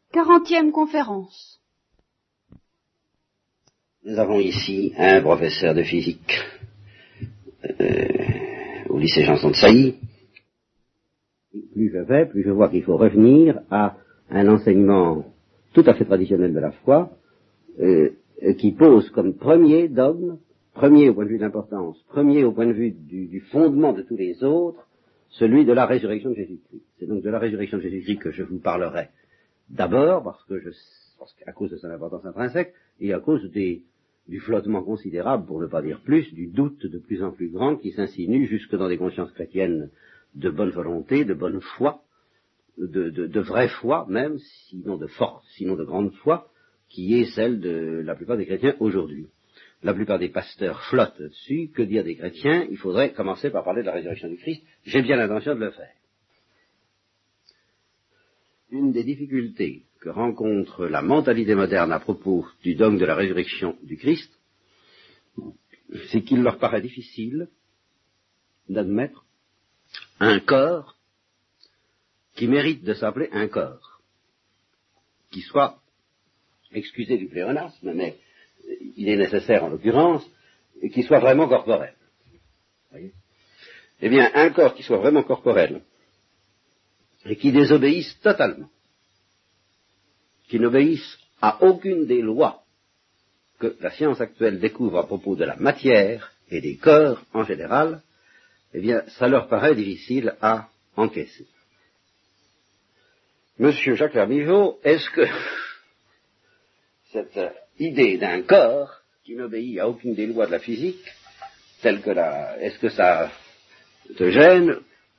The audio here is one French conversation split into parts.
40e conférence. Nous avons ici un professeur de physique au lycée Janson de Sailly. Plus je vais, plus je vois qu'il faut revenir à un enseignement tout à fait traditionnel de la foi, qui pose comme premier dogme, premier au point de vue de l'importance, premier au point de vue du fondement de tous les autres, celui de la résurrection de Jésus-Christ. C'est donc de la résurrection de Jésus-Christ que je vous parlerai d'abord, parce qu'à cause de son importance intrinsèque, et à cause du flottement considérable, pour ne pas dire plus, du doute de plus en plus grand qui s'insinue jusque dans des consciences chrétiennes de bonne volonté, de bonne foi, de vraie foi même, sinon de force, sinon de grande foi, qui est celle de la plupart des chrétiens aujourd'hui. La plupart des pasteurs flottent dessus. Que dire des chrétiens? Il faudrait commencer par parler de la résurrection du Christ. J'ai bien l'intention de le faire. Une des difficultés que rencontre la mentalité moderne à propos du dogme de la résurrection du Christ, c'est qu'il leur paraît difficile d'admettre un corps qui mérite de s'appeler un corps, qui soit, excusez du pléonasme, mais il est nécessaire en l'occurrence, qu'il soit vraiment corporel. Voyez ? Eh bien, un corps qui soit vraiment corporel, et qui désobéisse totalement, qui n'obéisse à aucune des lois que la science actuelle découvre à propos de la matière et des corps en général, eh bien, ça leur paraît difficile à encaisser. Monsieur Jacques Vermiveau, est-ce que cette idée d'un corps qui n'obéit à aucune des lois de la physique, telle que est-ce que ça te gêne?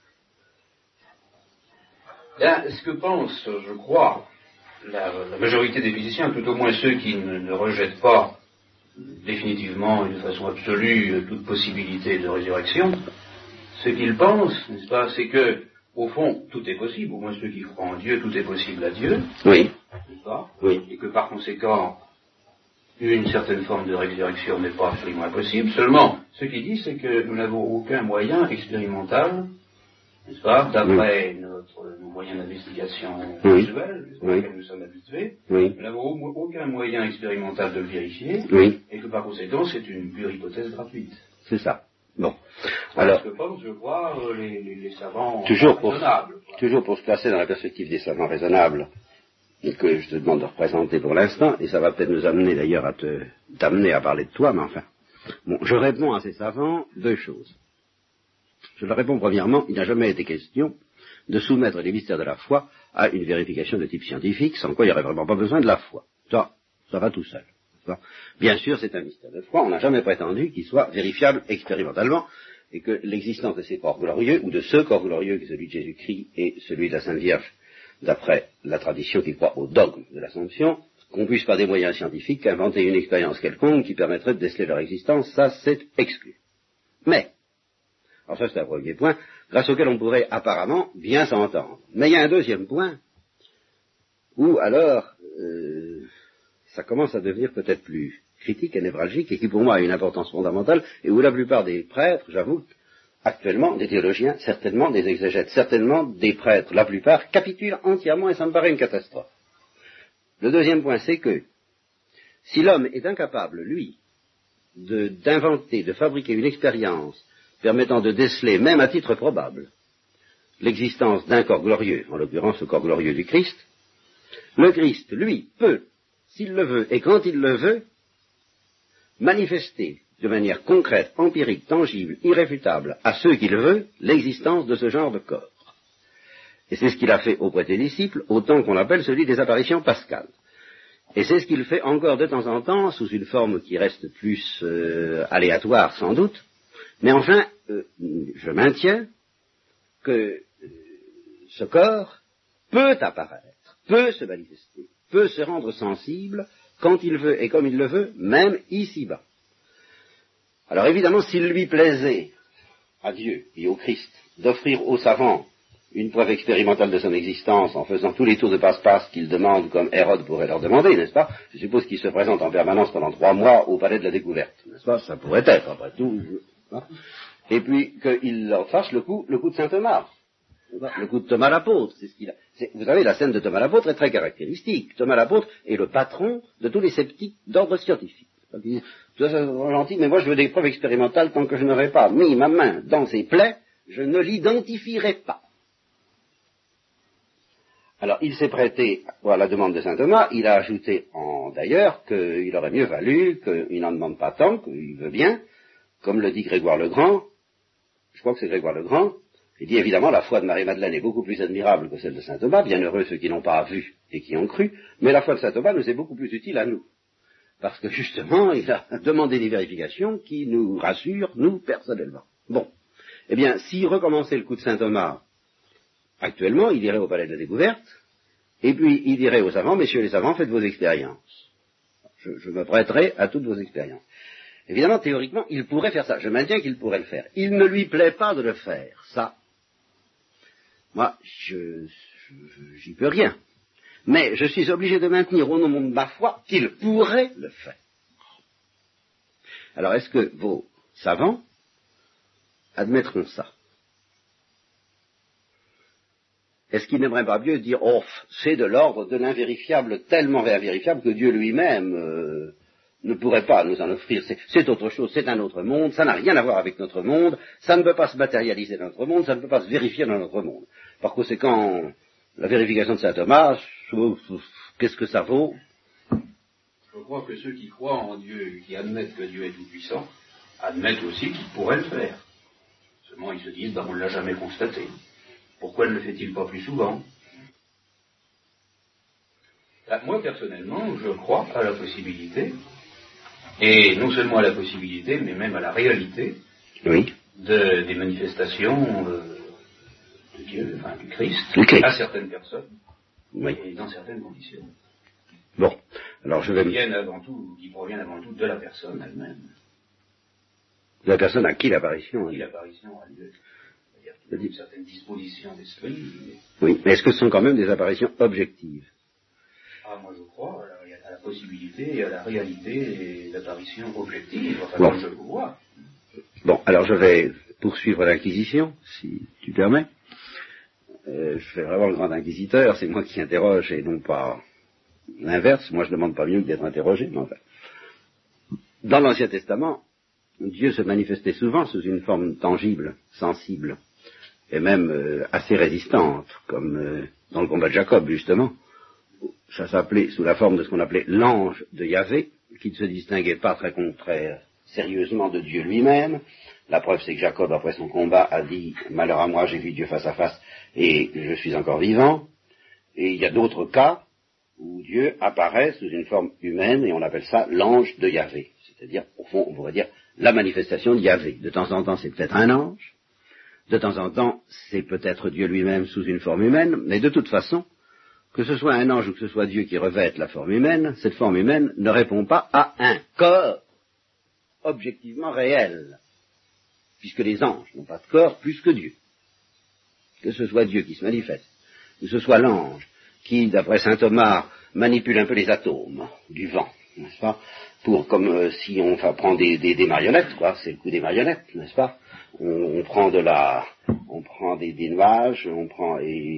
Bien, ce que pense, je crois, la majorité des physiciens, tout au moins ceux qui ne rejettent pas définitivement et de façon absolue toute possibilité de résurrection, ce qu'ils pensent, n'est-ce pas, c'est que, au fond, tout est possible, au moins ceux qui croient en Dieu, tout est possible à Dieu. Oui. N'est-ce pas? Oui. Et que par conséquent, une certaine forme de résurrection n'est pas absolument impossible. Seulement, ce qu'ils disent, c'est que nous n'avons aucun moyen expérimental, n'est-ce pas, d'après nos moyens d'investigation visuelle, auxquels nous sommes habitués, nous n'avons aucun moyen expérimental de le vérifier, et que par conséquent, c'est une pure hypothèse gratuite. C'est ça. Bon. Alors, ce que pensent, je crois, les savants raisonnables. Toujours pour se placer dans la perspective des savants raisonnables, que je te demande de représenter pour l'instant, et ça va peut-être nous amener d'ailleurs à t'amener à parler de toi, mais enfin. Bon, je réponds à ces savants deux choses. Je leur réponds premièrement, il n'a jamais été question de soumettre les mystères de la foi à une vérification de type scientifique, sans quoi il n'y aurait vraiment pas besoin de la foi. Ça va tout seul. Bien sûr, c'est un mystère de foi, on n'a jamais prétendu qu'il soit vérifiable expérimentalement, et que l'existence de ces corps glorieux, ou de ce corps glorieux qui est celui de Jésus-Christ et celui de la Sainte Vierge, d'après la tradition qui croit au dogme de l'Assomption, qu'on puisse par des moyens scientifiques inventer une expérience quelconque qui permettrait de déceler leur existence, ça c'est exclu. Mais, alors ça c'est un premier point, grâce auquel on pourrait apparemment bien s'entendre. Mais il y a un deuxième point, où alors ça commence à devenir peut-être plus critique et névralgique, et qui pour moi a une importance fondamentale, et où la plupart des prêtres, j'avoue, actuellement, des théologiens, certainement, des exégètes, certainement, des prêtres, la plupart, capitulent entièrement, et ça me paraît une catastrophe. Le deuxième point, c'est que, si l'homme est incapable, lui, d'inventer, de fabriquer une expérience permettant de déceler, même à titre probable, l'existence d'un corps glorieux, en l'occurrence le corps glorieux du Christ, le Christ, lui, peut, s'il le veut, et quand il le veut, manifester de manière concrète, empirique, tangible, irréfutable, à ceux qui le veulent, l'existence de ce genre de corps. Et c'est ce qu'il a fait auprès des disciples, autant qu'on l'appelle celui des apparitions pascales. Et c'est ce qu'il fait encore de temps en temps, sous une forme qui reste plus aléatoire sans doute, mais enfin, je maintiens que ce corps peut apparaître, peut se manifester, peut se rendre sensible quand il veut et comme il le veut, même ici-bas. Alors évidemment, s'il lui plaisait à Dieu et au Christ d'offrir aux savants une preuve expérimentale de son existence en faisant tous les tours de passe-passe qu'ils demandent comme Hérode pourrait leur demander, n'est-ce pas? Je suppose qu'il se présente en permanence pendant 3 mois au palais de la découverte, n'est-ce pas? Ça pourrait être, après tout. Et puis qu'il leur fasse le coup de saint Thomas. Le coup de Thomas l'apôtre, c'est ce qu'il a. Vous savez, la scène de Thomas l'apôtre est très caractéristique. Thomas l'apôtre est le patron de tous les sceptiques d'ordre scientifique. Ils disent, tout ça, c'est gentil, mais moi je veux des preuves expérimentales tant que je n'aurai pas mis ma main dans ses plaies, je ne l'identifierai pas. Alors, il s'est prêté à la demande de saint Thomas, il a ajouté d'ailleurs qu'il aurait mieux valu qu'il n'en demande pas tant, qu'il veut bien, comme le dit Grégoire le Grand, je crois que c'est Grégoire le Grand, il dit évidemment la foi de Marie-Madeleine est beaucoup plus admirable que celle de saint Thomas, bien heureux ceux qui n'ont pas vu et qui ont cru, mais la foi de saint Thomas nous est beaucoup plus utile à nous, parce que justement il a demandé des vérifications qui nous rassurent, nous, personnellement. Bon, eh bien, s'il recommençait le coup de saint Thomas, actuellement, il irait au palais de la découverte, et puis il dirait aux savants, messieurs les savants, faites vos expériences. Je me prêterai à toutes vos expériences. Évidemment, théoriquement, il pourrait faire ça. Je maintiens qu'il pourrait le faire. Il ne lui plaît pas de le faire, ça. Moi, j'y peux rien. Mais je suis obligé de maintenir au nom de ma foi qu'il pourrait le faire. Alors, est-ce que vos savants admettront ça? Est-ce qu'il n'aimerait pas mieux dire, oh, c'est de l'ordre de l'invérifiable, tellement invérifiable que Dieu lui-même ne pourrait pas nous en offrir. C'est autre chose, c'est un autre monde, ça n'a rien à voir avec notre monde, ça ne peut pas se matérialiser dans notre monde, ça ne peut pas se vérifier dans notre monde. Par conséquent, la vérification de saint Thomas, qu'est-ce que ça vaut? Je crois que ceux qui croient en Dieu, qui admettent que Dieu est tout-puissant, admettent aussi qu'il pourrait le faire. Seulement ils se disent, on ne l'a jamais constaté. Pourquoi ne le fait-il pas plus souvent? Moi, personnellement, je crois à la possibilité, et non seulement à la possibilité, mais même à la réalité, oui, des manifestations de Dieu, enfin du Christ, okay, à certaines personnes, oui, et dans certaines conditions. Bon, alors je vais... Qui proviennent avant tout de la personne elle-même. De la personne à qui l'apparition a lieu. L'apparition a lieu. C'est-à-dire une certaine disposition d'esprit. Oui, mais est-ce que ce sont quand même des apparitions objectives? Ah, moi je crois à la possibilité et à la réalité d'apparitions objectives, enfin bon, comme je le vois. Bon, alors je vais poursuivre l'inquisition, si tu permets. Je fais vraiment le grand inquisiteur, c'est moi qui interroge et non pas l'inverse. Moi je ne demande pas mieux que d'être interrogé, mais enfin. Dans l'Ancien Testament, Dieu se manifestait souvent sous une forme tangible, sensible, et même assez résistante, comme dans le combat de Jacob, justement. Ça s'appelait sous la forme de ce qu'on appelait l'ange de Yahvé, qui ne se distinguait pas très sérieusement de Dieu lui-même. La preuve, c'est que Jacob, après son combat, a dit « Malheur à moi, j'ai vu Dieu face à face, et je suis encore vivant ». Et il y a d'autres cas où Dieu apparaît sous une forme humaine, et on appelle ça l'ange de Yahvé. C'est-à-dire, au fond, on pourrait dire la manifestation de Yahvé. De temps en temps, c'est peut-être un ange, de temps en temps, c'est peut-être Dieu lui-même sous une forme humaine, mais de toute façon, que ce soit un ange ou que ce soit Dieu qui revête la forme humaine, cette forme humaine ne répond pas à un corps objectivement réel, puisque les anges n'ont pas de corps plus que Dieu. Que ce soit Dieu qui se manifeste, que ce soit l'ange qui, d'après saint Thomas, manipule un peu les atomes du vent, n'est-ce pas, pour comme si on prend des marionnettes, quoi, c'est le coup des marionnettes, n'est-ce pas, on prend des nuages, on prend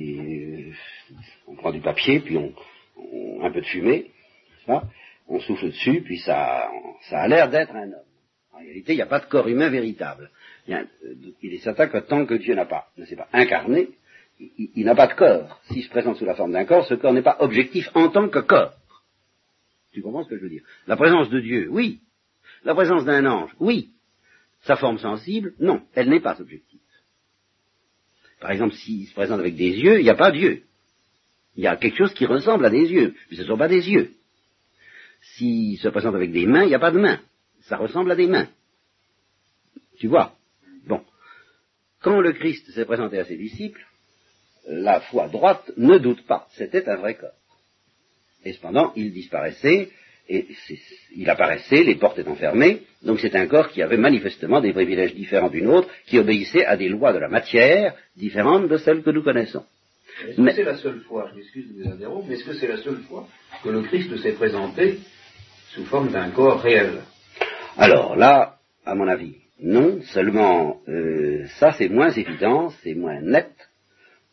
du papier, puis un peu de fumée, n'est-ce pas, on souffle dessus, puis ça a l'air d'être un homme. En réalité, il n'y a pas de corps humain véritable. Il est certain que tant que Dieu ne s'est pas incarné, il n'a pas de corps. S'il se présente sous la forme d'un corps, ce corps n'est pas objectif en tant que corps. Tu comprends ce que je veux dire? La présence de Dieu, oui. La présence d'un ange, oui. Sa forme sensible, non, elle n'est pas objective. Par exemple, s'il se présente avec des yeux, il n'y a pas Dieu. Il y a quelque chose qui ressemble à des yeux, mais ce ne sont pas des yeux. S'il se présente avec des mains, il n'y a pas de mains. Ça ressemble à des mains. Tu vois? Bon. Quand le Christ s'est présenté à ses disciples, la foi droite ne doute pas, c'était un vrai corps. Et cependant, il disparaissait, et il apparaissait, les portes étant fermées, donc c'est un corps qui avait manifestement des privilèges différents d'une autre, qui obéissait à des lois de la matière différentes de celles que nous connaissons. Est-ce que c'est la seule fois, je m'excuse de vous interrompre, mais est-ce que c'est la seule fois que le Christ s'est présenté sous forme d'un corps réel? Alors là, à mon avis, non, seulement ça c'est moins évident, c'est moins net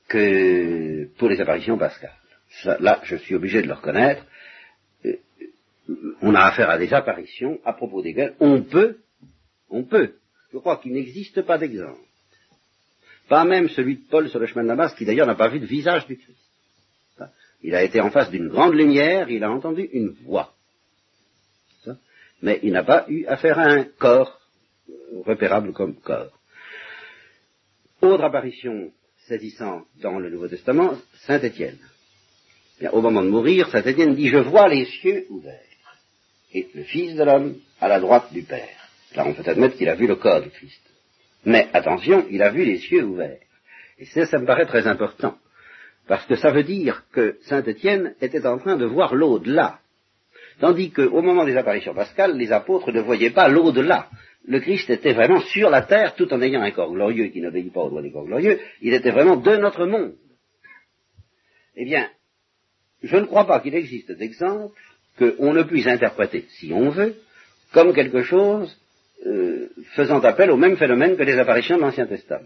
que pour les apparitions pascales. Ça, là, je suis obligé de le reconnaître. On a affaire à des apparitions à propos desquelles on peut, je crois qu'il n'existe pas d'exemple. Pas même celui de Paul sur le chemin de Damas, qui d'ailleurs n'a pas vu le visage du Christ. Il a été en face d'une grande lumière, il a entendu une voix. Mais il n'a pas eu affaire à un corps, repérable comme corps. Autre apparition saisissante dans le Nouveau Testament, Saint Étienne. Au moment de mourir, Saint Étienne dit « Je vois les cieux ouverts, et le Fils de l'homme à la droite du Père ». Là, on peut admettre qu'il a vu le corps du Christ. Mais attention, il a vu les cieux ouverts. Et ça me paraît très important, parce que ça veut dire que Saint Étienne était en train de voir l'au-delà. Tandis qu'au moment des apparitions pascales, les apôtres ne voyaient pas l'au-delà. Le Christ était vraiment sur la terre, tout en ayant un corps glorieux qui n'obéit pas aux lois des corps glorieux. Il était vraiment de notre monde. Eh bien, je ne crois pas qu'il existe d'exemple qu'on ne puisse interpréter, si on veut, comme quelque chose faisant appel au même phénomène que les apparitions de l'Ancien Testament.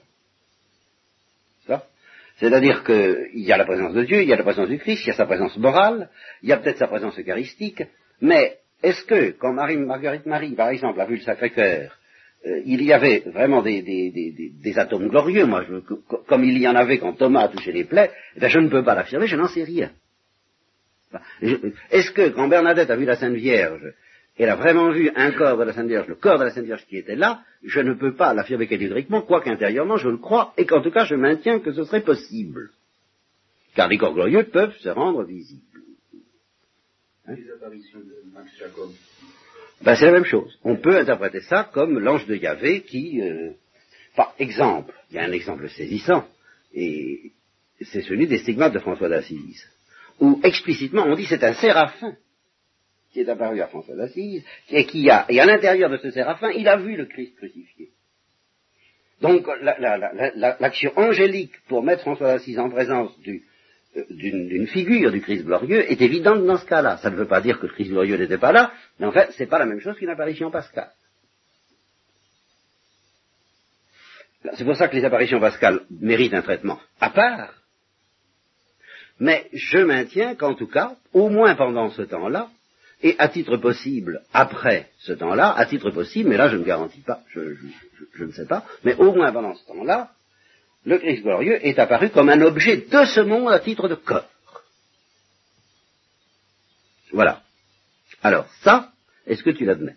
C'est-à-dire qu'il y a la présence de Dieu, il y a la présence du Christ, il y a sa présence morale, il y a peut-être sa présence eucharistique, mais est-ce que, quand Marguerite Marie, par exemple, a vu le Sacré-Cœur, il y avait vraiment des atomes glorieux, comme il y en avait quand Thomas a touché les plaies, eh je ne peux pas l'affirmer, je n'en sais rien. Est-ce que, quand Bernadette a vu la Sainte Vierge, elle a vraiment vu un corps de la Sainte Vierge, le corps de la Sainte Vierge qui était là, je ne peux pas l'affirmer catégoriquement, quoique intérieurement je le crois, et qu'en tout cas je maintiens que ce serait possible. Car les corps glorieux peuvent se rendre visibles. Les apparitions de Max Jacob. C'est la même chose. On peut interpréter ça comme l'ange de Yahvé qui... Par exemple, il y a un exemple saisissant, et c'est celui des stigmates de François d'Assise, où explicitement on dit c'est un séraphin qui est apparu à François d'Assise, et à l'intérieur de ce séraphin, il a vu le Christ crucifié. Donc, l'action angélique pour mettre François d'Assise en présence d'une figure du Christ glorieux est évidente dans ce cas-là. Ça ne veut pas dire que le Christ glorieux n'était pas là, mais en fait, c'est pas la même chose qu'une apparition pascale. C'est pour ça que les apparitions pascales méritent un traitement à part, mais je maintiens qu'en tout cas, au moins pendant ce temps-là, et à titre possible, après ce temps-là, à titre possible, mais là je ne garantis pas, je ne sais pas, mais au moins pendant ce temps-là, le Christ glorieux est apparu comme un objet de ce monde à titre de corps. Voilà. Alors ça, est-ce que tu l'admets?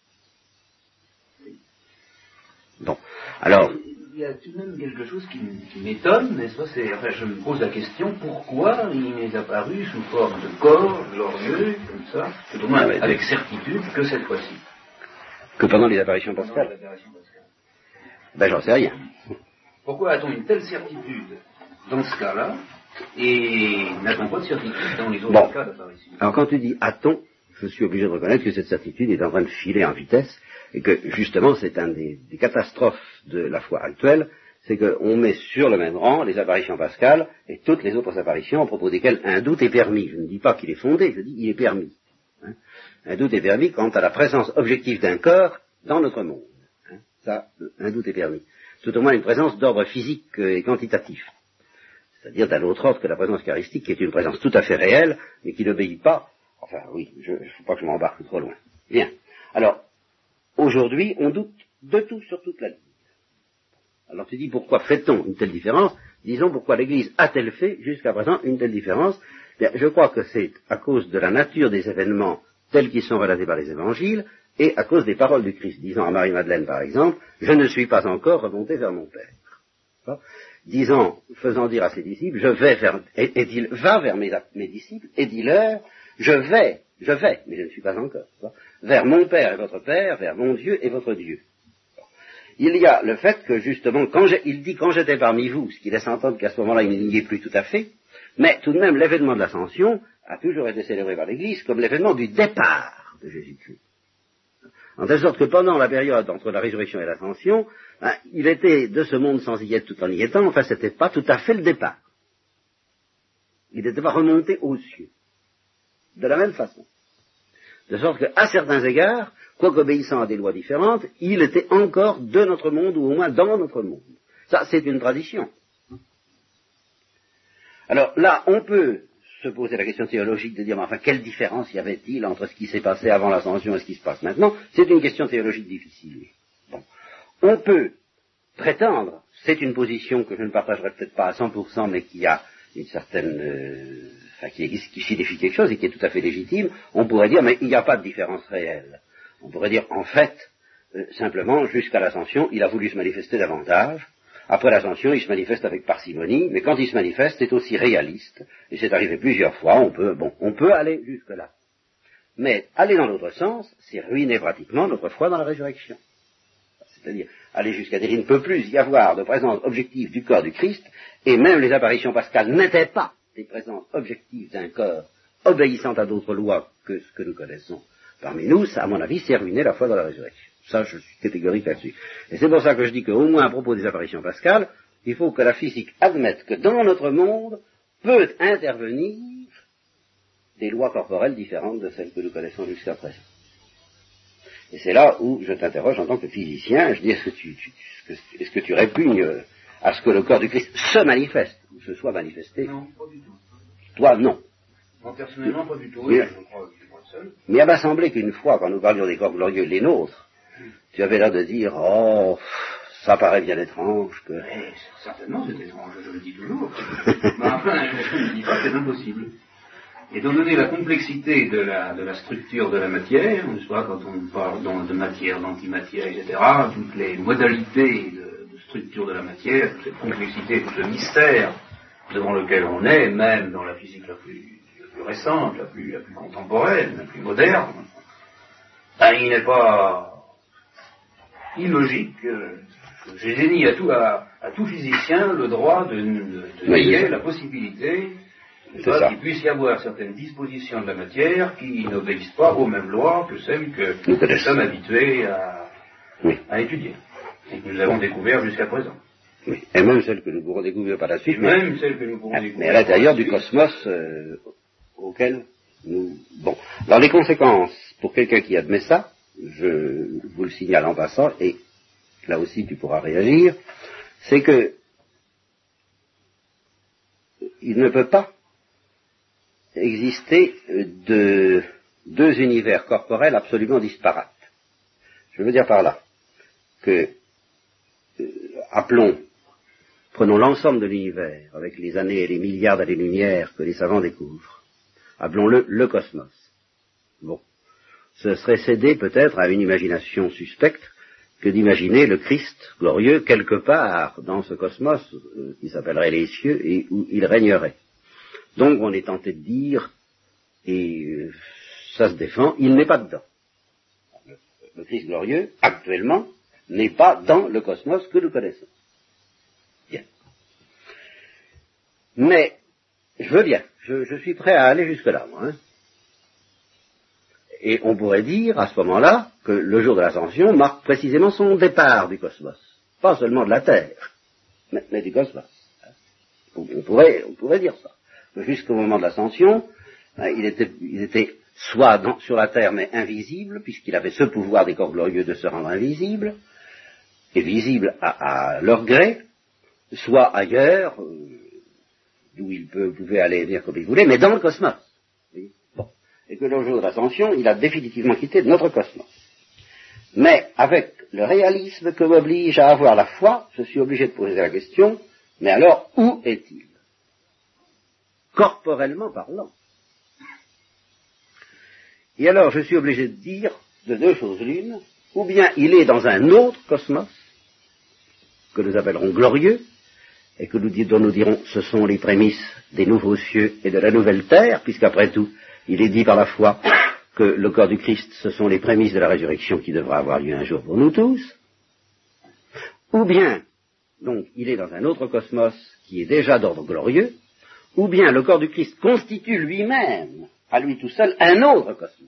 Bon. Alors... Il y a tout de même quelque chose qui m'étonne, n'est-ce pas? Je me pose la question, pourquoi il m'est apparu sous forme de corps glorieux, comme ça, tout au moins avec certitude, que cette fois-ci? Que pendant les apparitions pascales? J'en sais rien. Pourquoi a-t-on une telle certitude dans ce cas-là, et n'a-t-on pas de certitude dans les autres cas d'apparition? Alors quand tu dis a-t-on, je suis obligé de reconnaître que cette certitude est en train de filer en vitesse, et que justement c'est un des catastrophes de la foi actuelle, c'est qu'on met sur le même rang les apparitions pascales et toutes les autres apparitions à propos desquelles un doute est permis. Je ne dis pas qu'il est fondé, je dis qu'il est permis. Un doute est permis quant à la présence objective d'un corps dans notre monde. Ça, un doute est permis. Tout au moins une présence d'ordre physique et quantitatif. C'est-à-dire d'un autre ordre que la présence eucharistique, qui est une présence tout à fait réelle, mais qui n'obéit pas. Enfin oui, il ne faut pas que je m'embarque trop loin. Bien. Alors, aujourd'hui, on doute de tout sur toute la ligne. Alors tu dis, pourquoi fait-on une telle différence? Disons, pourquoi l'Église a-t-elle fait jusqu'à présent une telle différence? Bien, je crois que c'est à cause de la nature des événements tels qu'ils sont relatés par les évangiles, et à cause des paroles du Christ, disant à Marie-Madeleine par exemple, je ne suis pas encore remonté vers mon Père. Disant, faisant dire à ses disciples, je vais vers, et il va vers mes disciples, et dis-leur, je vais, mais je ne suis pas encore, vers mon Père et votre Père, vers mon Dieu et votre Dieu. Il y a le fait que justement, il dit quand j'étais parmi vous, ce qui laisse entendre qu'à ce moment-là il n'y est plus tout à fait, mais tout de même l'événement de l'Ascension a toujours été célébré par l'Église comme l'événement du départ de Jésus-Christ. En telle sorte que pendant la période entre la résurrection et l'Ascension, il était de ce monde sans y être tout en y étant, enfin c'était pas tout à fait le départ. Il n'était pas remonté aux cieux. De la même façon. De sorte qu'à certains égards, quoique obéissant à des lois différentes, il était encore de notre monde, ou au moins dans notre monde. Ça, c'est une tradition. Alors là, on peut se poser la question théologique de dire, mais enfin, quelle différence y avait-il entre ce qui s'est passé avant l'ascension et ce qui se passe maintenant? C'est une question théologique difficile. Bon. On peut prétendre, c'est une position que je ne partagerai peut-être pas à 100%, mais qui a une certaine, qui signifie quelque chose et qui est tout à fait légitime, on pourrait dire, mais il n'y a pas de différence réelle. On pourrait dire, en fait, simplement, jusqu'à l'ascension, il a voulu se manifester davantage. Après l'ascension, il se manifeste avec parcimonie, mais quand il se manifeste, c'est aussi réaliste, et c'est arrivé plusieurs fois, on peut aller jusque-là. Mais aller dans l'autre sens, c'est ruiner pratiquement notre foi dans la résurrection. C'est-à-dire, aller jusqu'à dire, il ne peut plus y avoir de présence objective du corps du Christ, et même les apparitions pascales n'étaient pas des présences objectives d'un corps obéissant à d'autres lois que ce que nous connaissons parmi nous. Ça, à mon avis, c'est ruiner la foi dans la résurrection. Ça, je suis catégorique là-dessus. Et c'est pour ça que je dis qu'au moins à propos des apparitions pascales, il faut que la physique admette que dans notre monde peut intervenir des lois corporelles différentes de celles que nous connaissons jusqu'à présent. Et c'est là où je t'interroge en tant que physicien, je dis, est-ce que tu répugnes à ce que le corps du Christ se manifeste, ou se soit manifesté? Non, pas du tout. Toi, non. Moi, personnellement, pas du tout. Oui, je crois que je suis pas le seul. Mais il m'a semblé qu'une fois, quand nous parlions des corps glorieux, les nôtres, tu avais l'air de dire, oh, ça paraît bien étrange que... Certainement, c'est étrange, je le dis toujours. Mais enfin, je ne dis pas que c'est impossible. Étant donné la complexité de la structure de la matière, n'est-ce pas, quand on parle de matière, d'antimatière, etc., toutes les modalités de structure de la matière, toute cette complexité, tout ce mystère devant lequel on est, même dans la physique la plus récente, la plus contemporaine, la plus moderne, il n'est pas illogique, j'ai dénié à tout physicien le droit de nier la possibilité qu'il puisse y avoir certaines dispositions de la matière qui n'obéissent pas aux mêmes lois que celles que nous sommes habitués à étudier et que nous avons découvertes jusqu'à présent. Oui. Et même celles que nous pourrons découvrir par la suite. Même celles que nous pourrons découvrir. Mais à l'intérieur du cosmos auquel nous... Bon. Alors les conséquences, pour quelqu'un qui admet ça, je vous le signale en passant, et là aussi tu pourras réagir, c'est que il ne peut pas exister deux univers corporels absolument disparates. Je veux dire par là que, prenons l'ensemble de l'univers, avec les années et les milliards d'années-lumière que les savants découvrent, appelons-le le cosmos. Bon. Ce serait céder peut-être à une imagination suspecte que d'imaginer le Christ glorieux quelque part dans ce cosmos qui s'appellerait les cieux et où il régnerait. Donc on est tenté de dire, et ça se défend, il n'est pas dedans. Le Christ glorieux, actuellement, n'est pas dans le cosmos que nous connaissons. Bien. Mais, je veux bien, je suis prêt à aller jusque-là, moi. Hein. Et on pourrait dire, à ce moment-là, que le jour de l'ascension marque précisément son départ du cosmos. Pas seulement de la Terre, mais du cosmos. On pourrait dire ça. Jusqu'au moment de l'ascension, il était soit sur la terre mais invisible, puisqu'il avait ce pouvoir des corps glorieux de se rendre invisible, et visible à leur gré, soit ailleurs, d'où il pouvait aller et venir comme il voulait, mais dans le cosmos. Bon. Et que le jour de l'ascension, il a définitivement quitté notre cosmos. Mais avec le réalisme que m'oblige à avoir la foi, je suis obligé de poser la question, mais alors où est-il? Corporellement parlant. Et alors, je suis obligé de dire de deux choses l'une, ou bien il est dans un autre cosmos, que nous appellerons glorieux, et dont nous dirons ce sont les prémices des nouveaux cieux et de la nouvelle terre, puisqu'après tout, il est dit par la foi que le corps du Christ, ce sont les prémices de la résurrection qui devra avoir lieu un jour pour nous tous, ou bien, donc, il est dans un autre cosmos qui est déjà d'ordre glorieux, ou bien le corps du Christ constitue lui-même, à lui tout seul, un autre cosmos.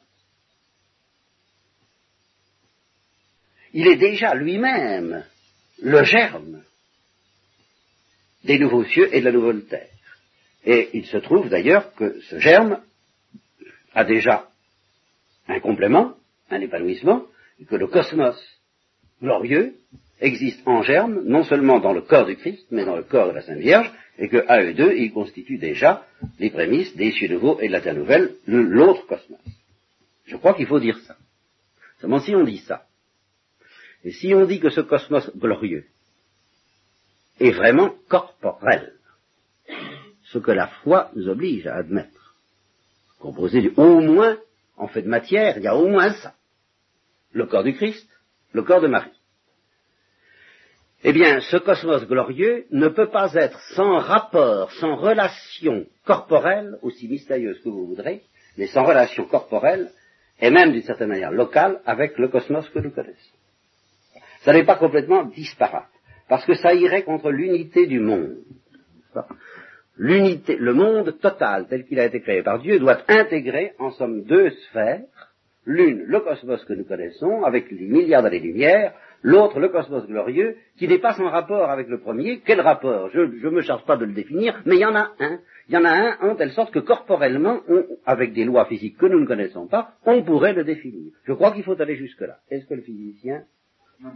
Il est déjà lui-même le germe des nouveaux cieux et de la nouvelle terre. Et il se trouve d'ailleurs que ce germe a déjà un complément, un épanouissement, et que le cosmos glorieux existent en germe, non seulement dans le corps du Christ, mais dans le corps de la Sainte Vierge, et que, à eux deux, ils constituent déjà les prémices des cieux nouveaux et de la terre nouvelle, l'autre cosmos. Je crois qu'il faut dire ça. Seulement, si on dit ça, et si on dit que ce cosmos glorieux est vraiment corporel, ce que la foi nous oblige à admettre, composé au moins, en fait de matière, il y a au moins ça. Le corps du Christ, le corps de Marie. Eh bien, ce cosmos glorieux ne peut pas être sans rapport, sans relation corporelle, aussi mystérieuse que vous voudrez, mais sans relation corporelle, et même d'une certaine manière locale, avec le cosmos que nous connaissons. Ça n'est pas complètement disparate, parce que ça irait contre l'unité du monde. L'unité, le monde total, tel qu'il a été créé par Dieu, doit intégrer, en somme, deux sphères, l'une, le cosmos que nous connaissons, avec les milliards d'années-lumière, l'autre, le cosmos glorieux, qui n'est pas sans rapport avec le premier. Quel rapport? Je ne me charge pas de le définir, mais il y en a un. Il y en a un en telle sorte que corporellement, avec des lois physiques que nous ne connaissons pas, on pourrait le définir. Je crois qu'il faut aller jusque-là. Est-ce que le physicien... Non,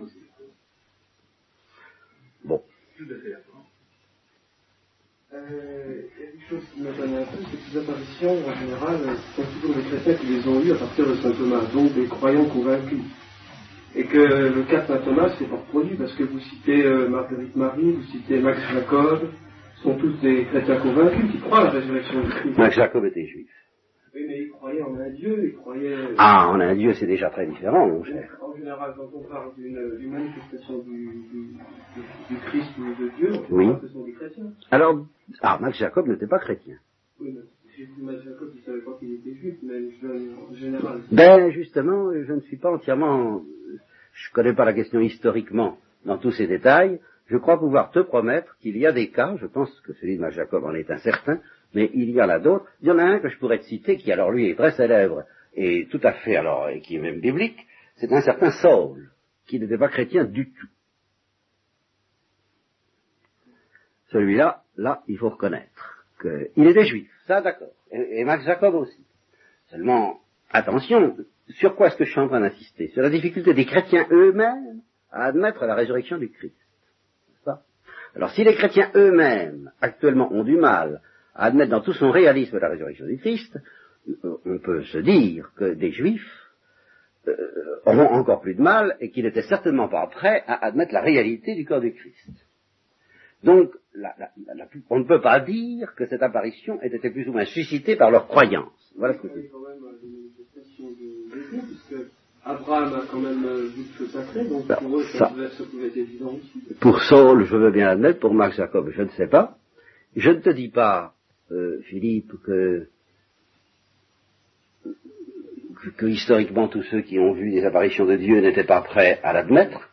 Bon. Tout à fait d'accord. Il y a quelque chose qui m'étonne un peu, c'est que ces apparitions, en général, sont toujours des chrétiens qui les ont eues à partir de saint Thomas, donc des croyants convaincus. Et que le cas de saint Thomas, c'est pas reproduit, parce que vous citez Marguerite Marie, vous citez Max Jacob, sont tous des chrétiens convaincus qui croient à la résurrection du Christ. Max Jacob était juif. Oui, mais ils croyaient en un Dieu, ils croyaient... Ah, en un Dieu, c'est déjà très différent, mon cher. En général, quand on parle d'une manifestation du Christ ou de Dieu, on oui. ce sont des chrétiens. Alors, Max Jacob n'était pas chrétien. Oui, mais j'ai dit Max Jacob, il ne savait pas qu'il était juif, mais en général... Ben, justement, je ne suis pas entièrement... Je ne connais pas la question historiquement dans tous ces détails. Je crois pouvoir te promettre qu'il y a des cas, je pense que celui de Max Jacob en est un certain, mais il y en a d'autres. Il y en a un que je pourrais te citer, qui alors lui est très célèbre, et tout à fait, alors, et qui est même biblique, c'est un certain Saul, qui n'était pas chrétien du tout. Celui-là, là, il faut reconnaître qu'il était juif, ça d'accord, et Max Jacob aussi. Seulement, attention, sur quoi est-ce que je suis en train d'insister? Sur la difficulté des chrétiens eux-mêmes à admettre la résurrection du Christ. Alors si les chrétiens eux-mêmes, actuellement, ont du mal à admettre dans tout son réalisme la résurrection du Christ, on peut se dire que des juifs auront encore plus de mal et qu'ils n'étaient certainement pas prêts à admettre la réalité du corps du Christ. Donc, on ne peut pas dire que cette apparition ait été plus ou moins suscitée par leur croyance. Voilà ce que je dis. Il y a quand même des manifestations de Dieu, puisque Abraham a quand même vu le feu sacré, donc pour eux, ça pouvait être évident aussi. Pour Saul, je veux bien l'admettre, pour Max Jacob, je ne sais pas. Je ne te dis pas, Philippe, que historiquement tous ceux qui ont vu des apparitions de Dieu n'étaient pas prêts à l'admettre.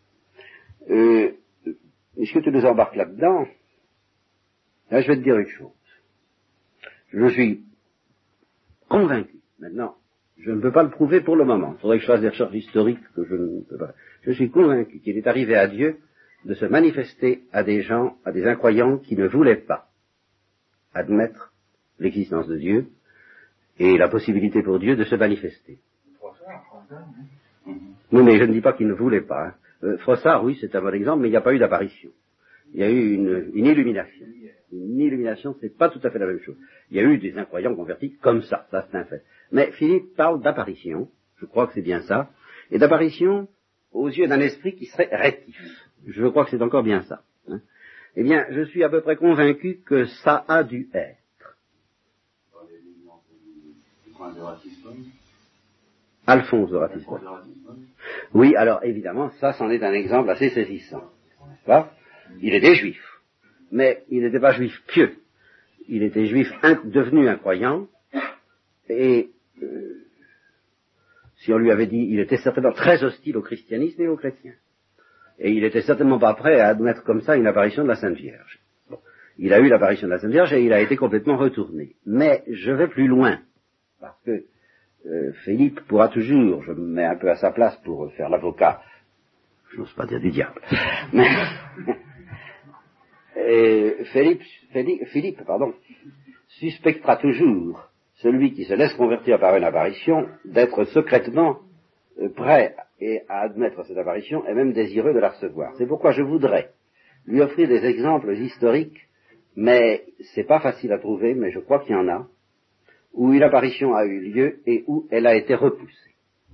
Est-ce que tu nous embarques là-dedans? Là, je vais te dire une chose. Je suis convaincu, maintenant, je ne peux pas le prouver pour le moment, il faudrait que je fasse des recherches historiques que je ne peux pas. Je suis convaincu qu'il est arrivé à Dieu de se manifester à des gens, à des incroyants qui ne voulaient pas admettre l'existence de Dieu et la possibilité pour Dieu de se manifester. Non, mais je ne dis pas qu'il ne voulait pas. Froissart, oui, c'est un bon exemple, mais il n'y a pas eu d'apparition. Il y a eu une illumination. Une illumination, c'est pas tout à fait la même chose. Il y a eu des incroyants convertis comme ça c'est un fait. Mais Philippe parle d'apparition, je crois que c'est bien ça, et d'apparition aux yeux d'un esprit qui serait rétif. Je crois que c'est encore bien ça. Hein. Eh bien, je suis à peu près convaincu que ça a dû être. Alphonse de Ratisbonne. Oui, alors évidemment, ça c'en est un exemple assez saisissant. N'est-ce pas? Il était juif, mais il n'était pas juif pieux. Il était juif devenu incroyant, et si on lui avait dit, il était certainement très hostile au christianisme et aux chrétiens. Et il était certainement pas prêt à admettre comme ça une apparition de la Sainte Vierge. Bon. Il a eu l'apparition de la Sainte Vierge et il a été complètement retourné. Mais je vais plus loin, parce que Philippe pourra toujours, je me mets un peu à sa place pour faire l'avocat, je n'ose pas dire du diable, mais Philippe, suspectera toujours celui qui se laisse convertir par une apparition d'être secrètement prêt et à admettre cette apparition, est même désireux de la recevoir. C'est pourquoi je voudrais lui offrir des exemples historiques, mais c'est pas facile à trouver, mais je crois qu'il y en a, où une apparition a eu lieu et où elle a été repoussée,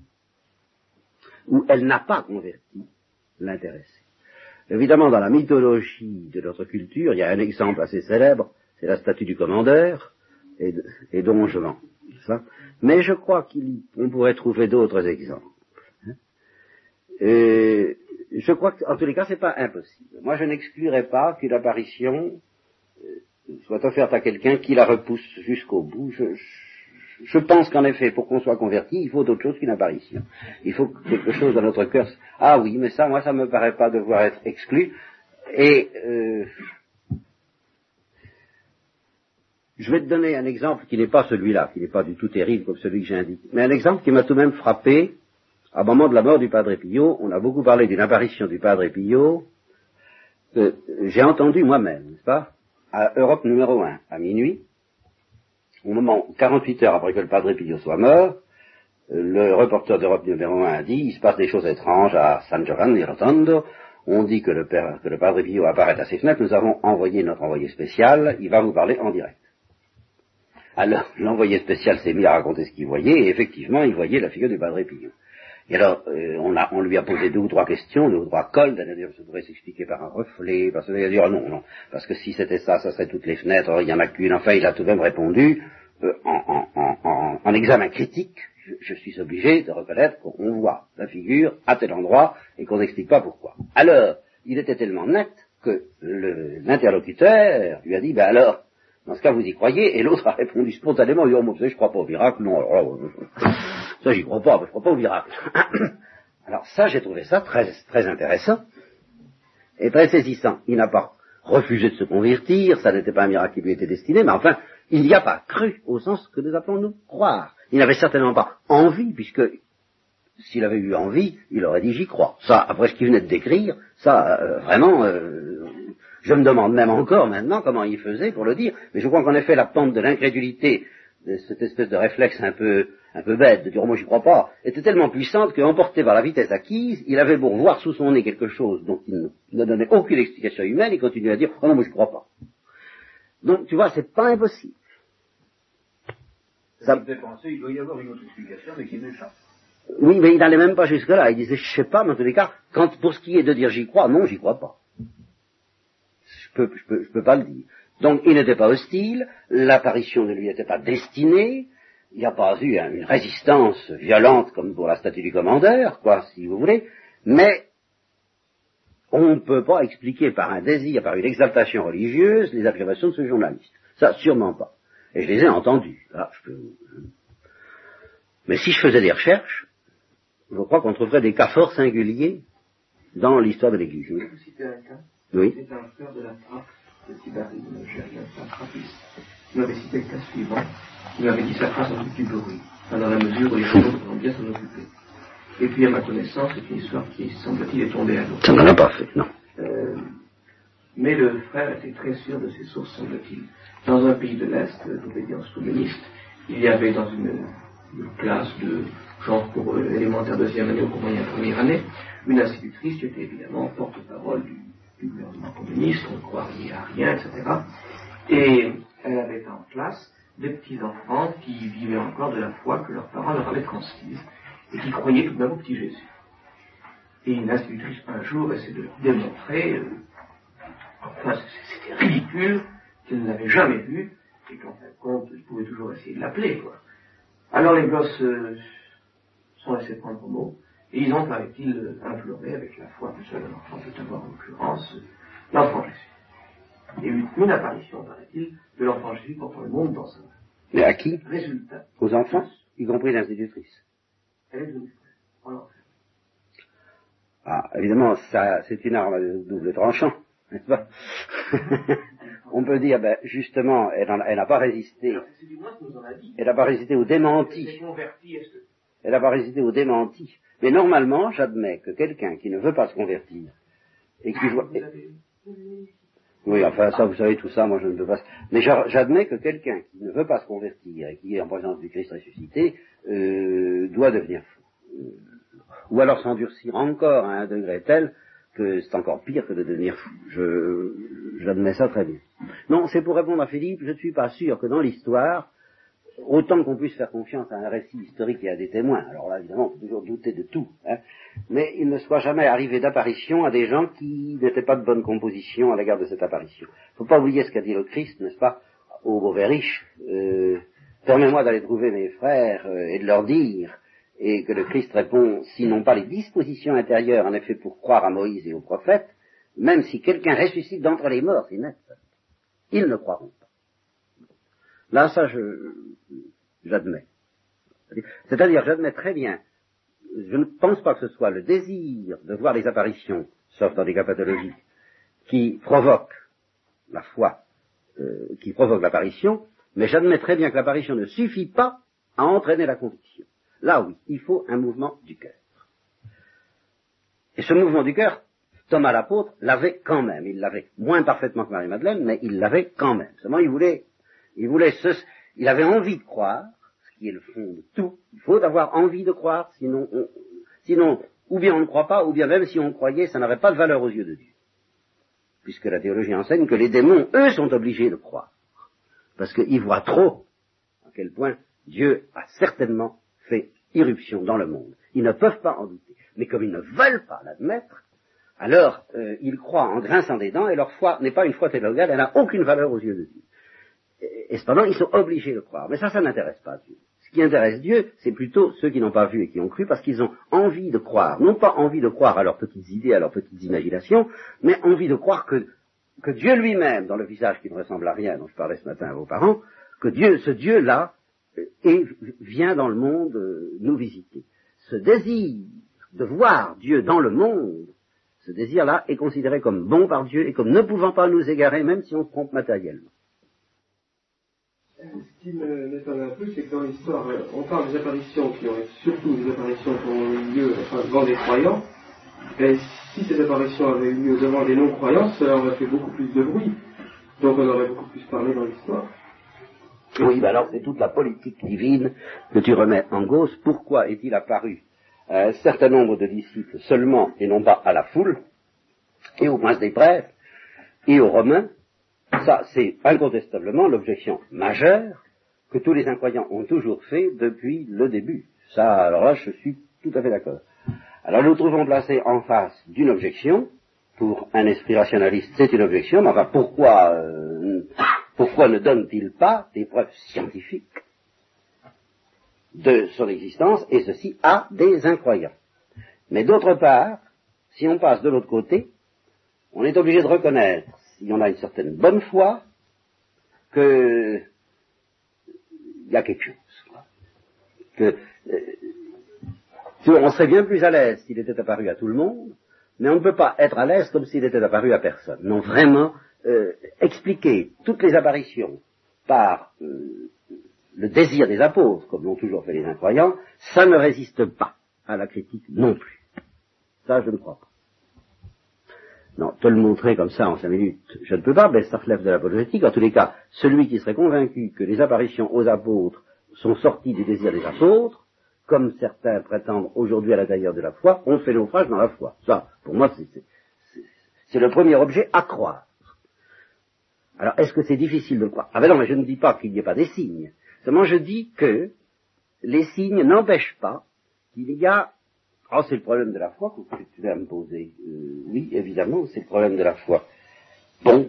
où elle n'a pas converti l'intéressé. Évidemment, dans la mythologie de notre culture, il y a un exemple assez célèbre, c'est la statue du commandeur et Don Juan. Mais je crois qu'on pourrait trouver d'autres exemples. Je crois qu'en tous les cas, c'est pas impossible. Moi, je n'exclurais pas qu'une apparition soit offerte à quelqu'un qui la repousse jusqu'au bout. Je pense qu'en effet, pour qu'on soit converti, il faut autre chose qu'une apparition. Il faut quelque chose dans notre cœur. Ah oui, mais ça, moi, ça me paraît pas devoir être exclu. Et je vais te donner un exemple qui n'est pas celui-là, qui n'est pas du tout terrible comme celui que j'ai indiqué, mais un exemple qui m'a tout de même frappé. À un moment de la mort du Padre Pio, on a beaucoup parlé d'une apparition du Padre Pio que j'ai entendue moi-même, n'est-ce pas, à Europe numéro 1, à minuit, au moment 48 heures après que le Padre Pio soit mort. Le reporter d'Europe numéro 1 a dit, il se passe des choses étranges à San Giovanni Rotondo, on dit que le Padre Pio apparaît à ses fenêtres, nous avons envoyé notre envoyé spécial, il va vous parler en direct. Alors, l'envoyé spécial s'est mis à raconter ce qu'il voyait, et effectivement, il voyait la figure du Padre Pio. Et alors, on lui a posé 2 ou 3 questions, 2 ou 3 cols, c'est-à-dire ça pourrait s'expliquer par un reflet, parce qu'il a dit, oh non, parce que si c'était ça serait toutes les fenêtres, il y en a qu'une, enfin, il a tout de même répondu, en examen critique, je suis obligé de reconnaître qu'on voit la figure à tel endroit, et qu'on n'explique pas pourquoi. Alors, il était tellement net que l'interlocuteur lui a dit, ben alors, dans ce cas, vous y croyez? Et l'autre a répondu spontanément, oh, moi, je crois pas au miracle, non, alors, ça, j'y crois pas, je crois pas au miracle. Alors ça, j'ai trouvé ça très, très intéressant et très saisissant. Il n'a pas refusé de se convertir, ça n'était pas un miracle qui lui était destiné, mais enfin, il n'y a pas cru au sens que nous appelons nous croire. Il n'avait certainement pas envie, puisque s'il avait eu envie, il aurait dit j'y crois. Ça, après ce qu'il venait de décrire, ça, vraiment, je me demande même encore maintenant comment il faisait pour le dire, mais je crois qu'en effet la pente de l'incrédulité, de cette espèce de réflexe un peu bête de dire oh, moi j'y crois pas, était tellement puissante qu'emporté par la vitesse acquise, il avait beau voir sous son nez quelque chose dont il ne donnait aucune explication humaine, il continuait à dire oh non moi j'y crois pas. Donc tu vois, c'est pas impossible. Ça me fait penser, il doit y avoir une autre explication, mais qui m'échappe. Oui, mais il n'allait même pas jusque-là, il disait je sais pas, mais en tous les cas, pour ce qui est de dire j'y crois, non j'y crois pas. Je peux pas le dire. Donc il n'était pas hostile, l'apparition ne lui était pas destinée, il n'y a pas eu une résistance violente comme pour la statue du commandeur, quoi, si vous voulez, mais on ne peut pas expliquer par un désir, par une exaltation religieuse, les affirmations de ce journaliste. Ça, sûrement pas. Et je les ai entendues. Là, mais si je faisais des recherches, je crois qu'on trouverait des cas fort singuliers dans l'histoire de l'Église. Je peux citer un cas. Oui. C'est un frère de la trappe, de Tibari, un trappiste. Il m'avait cité le cas suivant. Il m'avait dit sa phrase en tout bruit, dans la mesure où les gens vont bien s'en occuper. Et puis, à ma connaissance, c'est une histoire qui, semble-t-il, est tombée à l'eau. Ça n'en a pas fait, non. Mais le frère était très sûr de ses sources, semble-t-il. Dans un pays de l'Est, d'obédience communiste, il y avait dans une classe de genre pour élémentaire deuxième année ou pour moyen première année, une institutrice qui était évidemment porte-parole du gouvernement communiste, on ne croirait à rien, etc. Et elle avait en classe des petits-enfants qui vivaient encore de la foi que leurs parents leur avaient transmise et qui croyaient tout de même au petit Jésus. Et une institutrice un jour essaie de leur démontrer, enfin c'était ridicule, qu'elle ne l'avait jamais vu et qu'en fin de compte, ils pouvaient toujours essayer de l'appeler, quoi. Alors les gosses sont laissés prendre au mot, et ils ont, paraît-il, imploré avec la foi que seul un enfant peut avoir, en l'occurrence, l'enfant Jésus. Il y a eu une apparition, paraît-il, de l'enfant Jésus portant le monde dans sa main. Mais à qui? Résultat. Aux enfants, y compris l'institutrice. Elle est devenue frère. Alors, ah, évidemment, ça, c'est une arme à double tranchant, n'est-ce pas? On peut dire, ben, justement, elle n'a pas résisté. C'est du moins ce que nous en a dit. Elle n'a pas résisté au démenti. Elle n'a pas résisté au démenti. Mais normalement, j'admets que quelqu'un qui ne veut pas se convertir, et qui voit... Oui, enfin, ça, vous savez, tout ça, moi, je ne peux pas... Mais j'admets que quelqu'un qui ne veut pas se convertir, et qui est en présence du Christ ressuscité, doit devenir fou. ou alors s'endurcir encore à un degré tel que c'est encore pire que de devenir fou. J'admets ça très bien. Non, c'est pour répondre à Philippe, je ne suis pas sûr que dans l'histoire, autant qu'on puisse faire confiance à un récit historique et à des témoins, alors là évidemment on peut toujours douter de tout, hein, mais il ne soit jamais arrivé d'apparition à des gens qui n'étaient pas de bonne composition à l'égard de cette apparition. Il ne faut pas oublier ce qu'a dit le Christ, n'est-ce pas, au Boverich, permets-moi d'aller trouver mes frères et de leur dire, et que le Christ répond, s'ils n'ont pas les dispositions intérieures en effet pour croire à Moïse et aux prophètes, même si quelqu'un ressuscite d'entre les morts, c'est net, ils ne croiront pas. Là, ça, j'admets. C'est-à-dire, j'admets très bien, je ne pense pas que ce soit le désir de voir les apparitions, sauf dans des cas pathologiques, qui provoque la foi, qui provoque l'apparition, mais j'admets très bien que l'apparition ne suffit pas à entraîner la conviction. Là, oui, il faut un mouvement du cœur. Et ce mouvement du cœur, Thomas l'apôtre l'avait quand même. Il l'avait moins parfaitement que Marie-Madeleine, mais il l'avait quand même. Seulement, il avait envie de croire, ce qui est le fond de tout. Il faut avoir envie de croire, sinon, ou bien on ne croit pas, ou bien même si on croyait, ça n'aurait pas de valeur aux yeux de Dieu. Puisque la théologie enseigne que les démons, eux, sont obligés de croire. Parce qu'ils voient trop à quel point Dieu a certainement fait irruption dans le monde. Ils ne peuvent pas en douter. Mais comme ils ne veulent pas l'admettre, alors ils croient en grinçant des dents et leur foi n'est pas une foi théologale, elle n'a aucune valeur aux yeux de Dieu. Et cependant, ils sont obligés de croire. Mais ça n'intéresse pas Dieu. Ce qui intéresse Dieu, c'est plutôt ceux qui n'ont pas vu et qui ont cru parce qu'ils ont envie de croire. Non pas envie de croire à leurs petites idées, à leurs petites imaginations, mais envie de croire que Dieu lui-même, dans le visage qui ne ressemble à rien, dont je parlais ce matin à vos parents, que ce Dieu-là, vient dans le monde nous visiter. Ce désir de voir Dieu dans le monde, ce désir-là est considéré comme bon par Dieu et comme ne pouvant pas nous égarer, même si on se trompe matériellement. Ce qui m'étonne un peu, c'est que dans l'histoire, on parle des apparitions qui ont surtout des apparitions qui ont eu lieu devant des croyants, et si ces apparitions avaient eu lieu devant des non-croyants, ça aurait fait beaucoup plus de bruit, donc on aurait beaucoup plus parlé dans l'histoire. Oui, ben alors c'est toute la politique divine que tu remets en cause. Pourquoi est-il apparu à un certain nombre de disciples seulement, et non pas à la foule, et aux princes des prêtres, et aux Romains? Ça, c'est incontestablement l'objection majeure que tous les incroyants ont toujours fait depuis le début. Ça, alors là, je suis tout à fait d'accord. Alors nous nous trouvons placés en face d'une objection. Pour un esprit rationaliste, c'est une objection, mais enfin, pourquoi ne donne-t-il pas des preuves scientifiques de son existence, et ceci à des incroyants? Mais d'autre part, si on passe de l'autre côté, on est obligé de reconnaître, si on a une certaine bonne foi, qu'il y a quelque chose. Que on serait bien plus à l'aise s'il était apparu à tout le monde, mais on ne peut pas être à l'aise comme s'il était apparu à personne. Non, vraiment, expliquer toutes les apparitions par le désir des apôtres, comme l'ont toujours fait les incroyants, ça ne résiste pas à la critique non plus. Ça, je ne crois pas. Non, te le montrer comme ça en 5 minutes, je ne peux pas, mais ça relève de l'apologétique. En tous les cas, celui qui serait convaincu que les apparitions aux apôtres sont sorties du désir des apôtres, comme certains prétendent aujourd'hui à l'intérieur de la foi, on fait naufrage dans la foi. Ça, pour moi, c'est le premier objet à croire. Alors, est-ce que c'est difficile de croire? Ah ben non, mais je ne dis pas qu'il n'y ait pas des signes. Seulement, je dis que les signes n'empêchent pas qu'il y a... Oh, c'est le problème de la foi que tu vas me poser. Oui, évidemment, c'est le problème de la foi. Bon.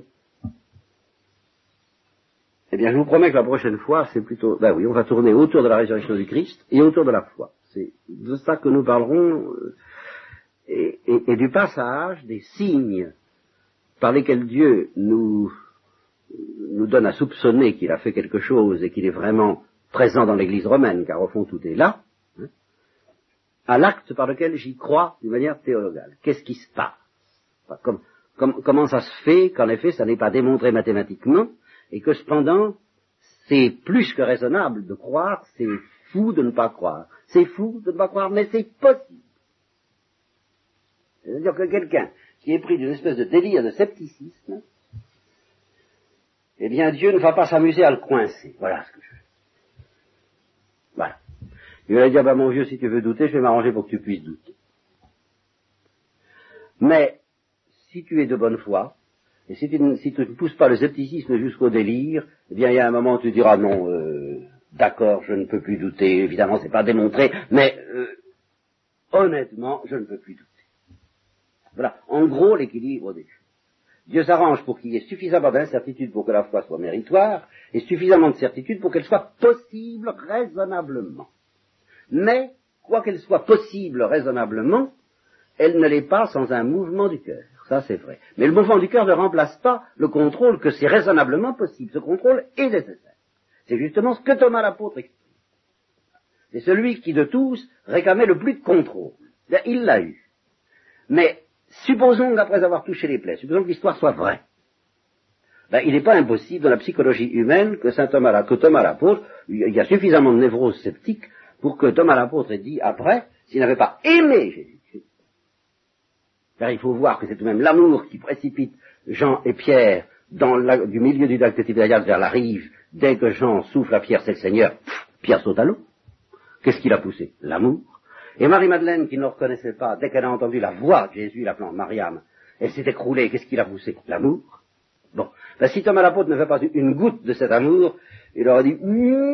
Eh bien, je vous promets que la prochaine fois, c'est plutôt... Ben oui, on va tourner autour de la résurrection du Christ et autour de la foi. C'est de ça que nous parlerons, et du passage, des signes par lesquels Dieu nous donne à soupçonner qu'il a fait quelque chose et qu'il est vraiment présent dans l'Église romaine, car au fond tout est là, hein, à l'acte par lequel j'y crois d'une manière théologale. Qu'est-ce qui se passe? Enfin, comment ça se fait qu'en effet ça n'est pas démontré mathématiquement, et que cependant c'est plus que raisonnable de croire, c'est fou de ne pas croire. C'est fou de ne pas croire, mais c'est possible. C'est-à-dire que quelqu'un qui est pris d'une espèce de délire de scepticisme, eh bien Dieu ne va pas s'amuser à le coincer. Voilà ce que je veux. Voilà. Il va dire, bah mon vieux, si tu veux douter, je vais m'arranger pour que tu puisses douter. Mais si tu es de bonne foi, et si tu ne pousses pas le scepticisme jusqu'au délire, eh bien il y a un moment où tu diras non, d'accord, je ne peux plus douter, évidemment c'est pas démontré, mais honnêtement, je ne peux plus douter. Voilà, en gros l'équilibre des choses. Dieu s'arrange pour qu'il y ait suffisamment d'incertitude pour que la foi soit méritoire, et suffisamment de certitude pour qu'elle soit possible raisonnablement. Mais, quoi qu'elle soit possible raisonnablement, elle ne l'est pas sans un mouvement du cœur. Ça, c'est vrai. Mais le mouvement du cœur ne remplace pas le contrôle que c'est raisonnablement possible. Ce contrôle est nécessaire. C'est justement ce que Thomas l'apôtre exprime. C'est celui qui, de tous, réclamait le plus de contrôle. Il l'a eu. Mais, supposons qu'après avoir touché les plaies, supposons que l'histoire soit vraie, il n'est pas impossible dans la psychologie humaine que Thomas l'apôtre, il y a suffisamment de névrose sceptique pour que Thomas l'apôtre ait dit après, s'il n'avait pas aimé Jésus-Christ, car il faut voir que c'est tout de même l'amour qui précipite Jean et Pierre du milieu du lac de Tibériade vers la rive. Dès que Jean souffle à Pierre, c'est le Seigneur, Pierre saute à l'eau. Qu'est-ce qui l'a poussé? L'amour. Et Marie-Madeleine, qui ne reconnaissait pas, dès qu'elle a entendu la voix de Jésus, l'appelant Mariam, elle s'est écroulée. Qu'est-ce qui l'a poussé? L'amour. Bon. Si Thomas l'apôtre ne fait pas une goutte de cet amour, il aurait dit,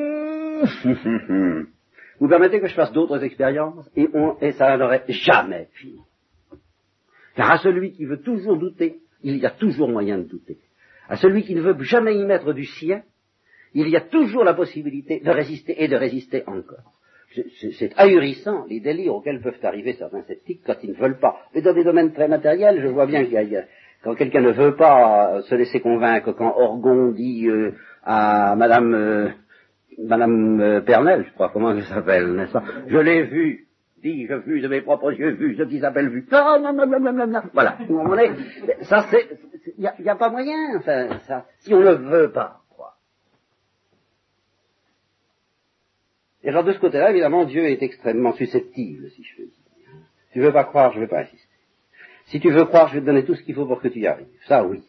vous permettez que je fasse d'autres expériences? Et ça n'aurait jamais fini. Car à celui qui veut toujours douter, il y a toujours moyen de douter. À celui qui ne veut jamais y mettre du sien, il y a toujours la possibilité de résister et de résister encore. C'est ahurissant, les délires auxquels peuvent arriver certains sceptiques quand ils ne veulent pas. Mais dans des domaines très matériels, je vois bien quand quelqu'un ne veut pas se laisser convaincre, quand Orgon dit à Madame Pernelle, je crois, comment elle s'appelle, n'est-ce pas? Je l'ai vu, dis-je, vu de mes propres yeux, vu ce qui s'appelle vu. Voilà. Ça c'est, il n'y a pas moyen, enfin, ça, si on ne veut pas croire. Et alors de ce côté-là, évidemment, Dieu est extrêmement susceptible, si je peux dire. Tu veux pas croire, je ne vais pas insister. Si tu veux croire, je vais te donner tout ce qu'il faut pour que tu y arrives. Ça, oui.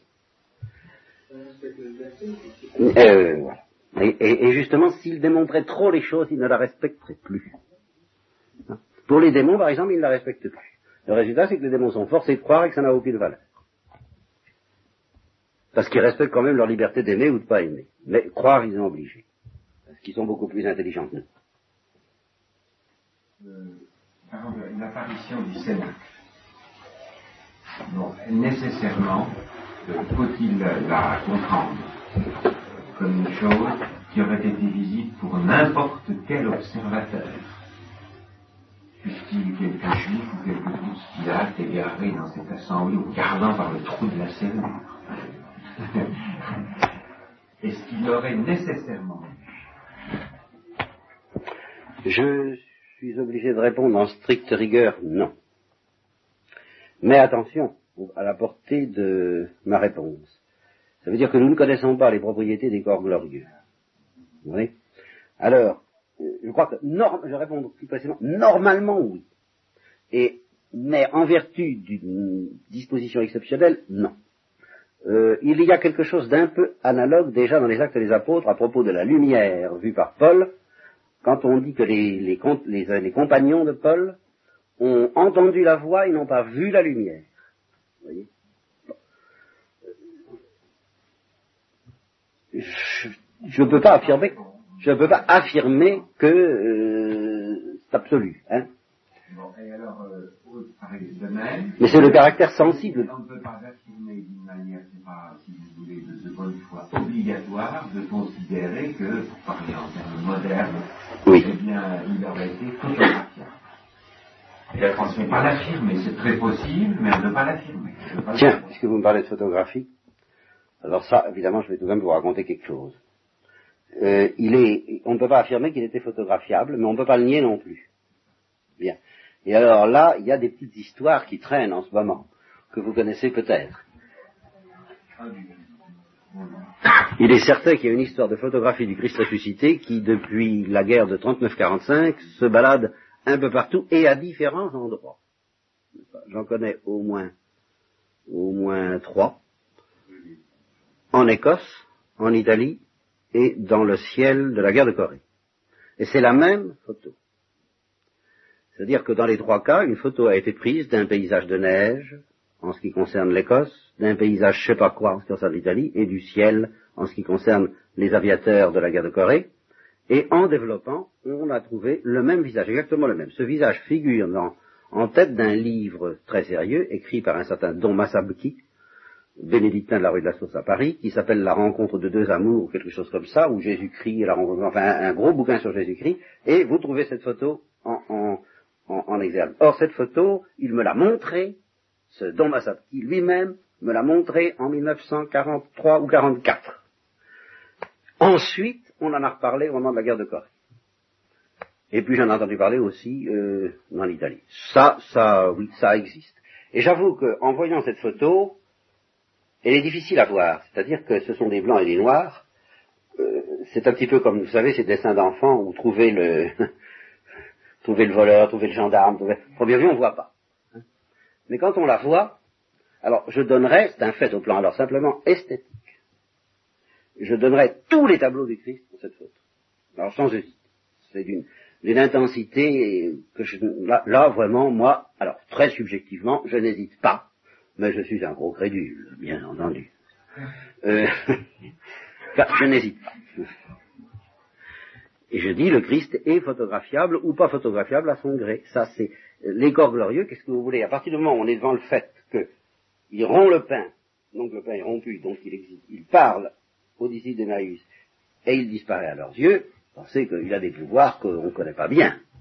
Voilà. Et justement, s'il démontrait trop les choses, il ne la respecterait plus. Pour les démons, par exemple, il ne la respecte plus. Le résultat, c'est que les démons sont forcés de croire et que ça n'a aucune valeur. Parce qu'ils respectent quand même leur liberté d'aimer ou de pas aimer. Mais croire, ils sont obligés. Parce qu'ils sont beaucoup plus intelligents que nous. Par exemple, l'apparition du Cénacle. Bon, nécessairement, faut-il la comprendre comme une chose qui aurait été visible pour n'importe quel observateur, fût-il quelque juif ou quelque Ponce Pilate égaré dans cette assemblée ou regardant par le trou de la serrure. Est-ce qu'il aurait nécessairement... Je suis obligé de répondre en stricte rigueur, non. Mais attention à la portée de ma réponse. Ça veut dire que nous ne connaissons pas les propriétés des corps glorieux. Vous voyez? Alors, je crois que, je réponds plus précisément, normalement oui. Mais en vertu d'une disposition exceptionnelle, non. Il y a quelque chose d'un peu analogue déjà dans les Actes des Apôtres à propos de la lumière vue par Paul, quand on dit que les compagnons de Paul ont entendu la voix et n'ont pas vu la lumière. Vous voyez? Je ne peux pas affirmer que c'est absolu. Hein? Bon, et alors, de même, mais c'est le caractère sensible. On ne peut pas affirmer d'une manière, c'est pas, si vous voulez, de bonne foi obligatoire de considérer que, pour parler en termes modernes, oui. Eh bien, il aurait été photographiable. Et la transmission, pas l'affirmer, c'est très possible, mais on ne peut pas l'affirmer. Tiens, puisque vous me parlez de photographie, alors ça, évidemment, je vais tout de même vous raconter quelque chose. On ne peut pas affirmer qu'il était photographiable, mais on ne peut pas le nier non plus. Bien. Et alors là, il y a des petites histoires qui traînent en ce moment, que vous connaissez peut-être. Il est certain qu'il y a une histoire de photographie du Christ ressuscité qui, depuis la guerre de 39-45, se balade un peu partout et à différents endroits. J'en connais au moins 3. En Écosse, en Italie et dans le ciel de la guerre de Corée. Et c'est la même photo. C'est-à-dire que dans les 3 cas, une photo a été prise d'un paysage de neige en ce qui concerne l'Écosse, d'un paysage je sais pas quoi en ce qui concerne l'Italie, et du ciel en ce qui concerne les aviateurs de la guerre de Corée. Et en développant, on a trouvé le même visage, exactement le même. Ce visage figure en tête d'un livre très sérieux, écrit par un certain Don Massabki, bénédictin de la rue de la Source à Paris, qui s'appelle La rencontre de deux amours, ou quelque chose comme ça, ou Jésus-Christ et la rencontre, enfin un gros bouquin sur Jésus-Christ, et vous trouvez cette photo en exergue. Or, cette photo, il me l'a montrée, ce Don Massabki lui-même me l'a montrée en 1943 ou 44. Ensuite, on en a reparlé au moment de la guerre de Corée. Et puis j'en ai entendu parler aussi dans l'Italie. Oui, ça existe. Et j'avoue qu'en voyant cette photo, elle est difficile à voir. C'est-à-dire que ce sont des blancs et des noirs. C'est un petit peu comme, vous savez, ces dessins d'enfants où trouver le voleur, trouver le gendarme, première vue, on ne voit pas. Mais quand on la voit, alors je donnerais, c'est un fait au plan alors simplement esthétique, je donnerais tous les tableaux du Christ pour cette photo. Alors sans hésiter. C'est d'une intensité que là vraiment, moi, alors très subjectivement, je n'hésite pas, mais je suis un gros crédule, bien entendu. Je n'hésite pas. Et je dis, le Christ est photographiable ou pas photographiable à son gré. Ça, c'est les corps glorieux, qu'est-ce que vous voulez? À partir du moment où on est devant le fait qu'il rompt le pain, donc le pain est rompu, donc il existe, il parle aux disciples d'Emmaüs, et il disparaît à leurs yeux, pensez qu'il a des pouvoirs qu'on ne connaît pas bien.